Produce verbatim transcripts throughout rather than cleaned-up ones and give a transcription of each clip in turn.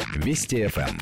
Вести эф эм.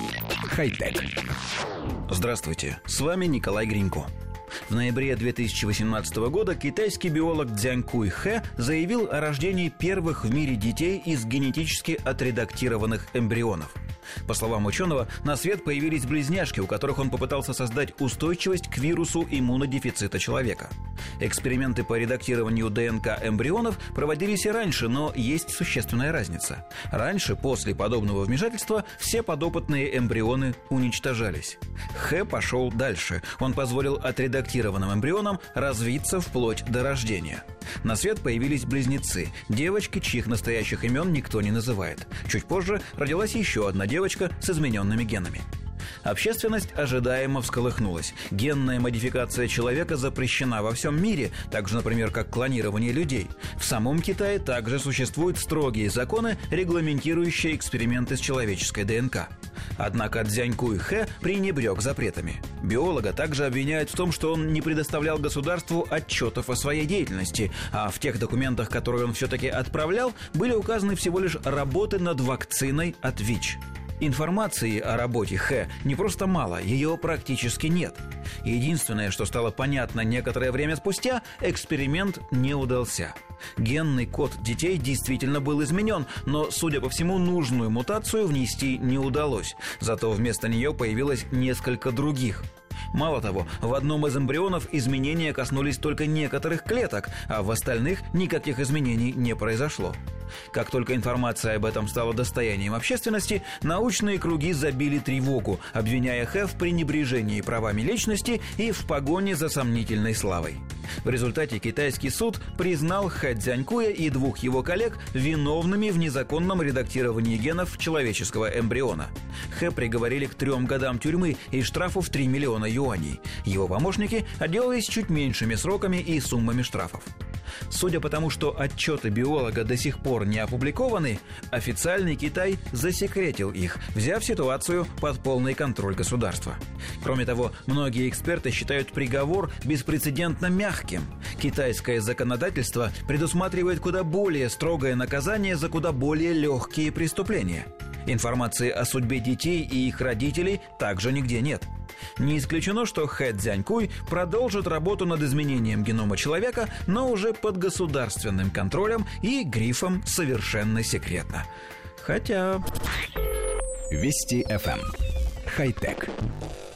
Хай-тек. Здравствуйте, с вами Николай Гринько. В ноябре две тысячи восемнадцатого года китайский биолог Цзянькуй Хэ заявил о рождении первых в мире детей из генетически отредактированных эмбрионов. По словам ученого, на свет появились близняшки, у которых он попытался создать устойчивость к вирусу иммунодефицита человека. Эксперименты по редактированию ДНК эмбрионов проводились и раньше, но есть существенная разница. Раньше, после подобного вмешательства, все подопытные эмбрионы уничтожались. Хэ пошел дальше. Он позволил отредактированным эмбрионам развиться вплоть до рождения. На свет появились близнецы, девочки, чьих настоящих имен никто не называет. Чуть позже родилась еще одна девочка с измененными генами. Общественность ожидаемо всколыхнулась. Генная модификация человека запрещена во всем мире, так же, например, как клонирование людей. В самом Китае также существуют строгие законы, регламентирующие эксперименты с человеческой ДНК. Однако Цзянькуй Хэ пренебрег запретами. Биолога также обвиняют в том, что он не предоставлял государству отчетов о своей деятельности, а в тех документах, которые он все-таки отправлял, были указаны всего лишь работы над вакциной от ВИЧ. Информации о работе Хэ не просто мало, ее практически нет. Единственное, что стало понятно некоторое время спустя, эксперимент не удался. Генный код детей действительно был изменен, но, судя по всему, нужную мутацию внести не удалось. Зато вместо нее появилось несколько других. Мало того, в одном из эмбрионов изменения коснулись только некоторых клеток, а в остальных никаких изменений не произошло. Как только информация об этом стала достоянием общественности, научные круги забили тревогу, обвиняя Хэ в пренебрежении правами личности и в погоне за сомнительной славой. В результате китайский суд признал Хэ Цзянькуя и двух его коллег виновными в незаконном редактировании генов человеческого эмбриона. Хэ приговорили к трем годам тюрьмы и штрафу в три миллиона юаней. Его помощники отделались чуть меньшими сроками и суммами штрафов. Судя по тому, что отчеты биолога до сих пор не опубликованы, официальный Китай засекретил их, взяв ситуацию под полный контроль государства. Кроме того, многие эксперты считают приговор беспрецедентно мягким. Китайское законодательство предусматривает куда более строгое наказание за куда более легкие преступления. Информации о судьбе детей и их родителей также нигде нет. Не исключено, что Хэ Цзянькуй продолжит работу над изменением генома человека, но уже под государственным контролем и грифом «совершенно секретно». Хотя... Вести эф эм. Хай-тек.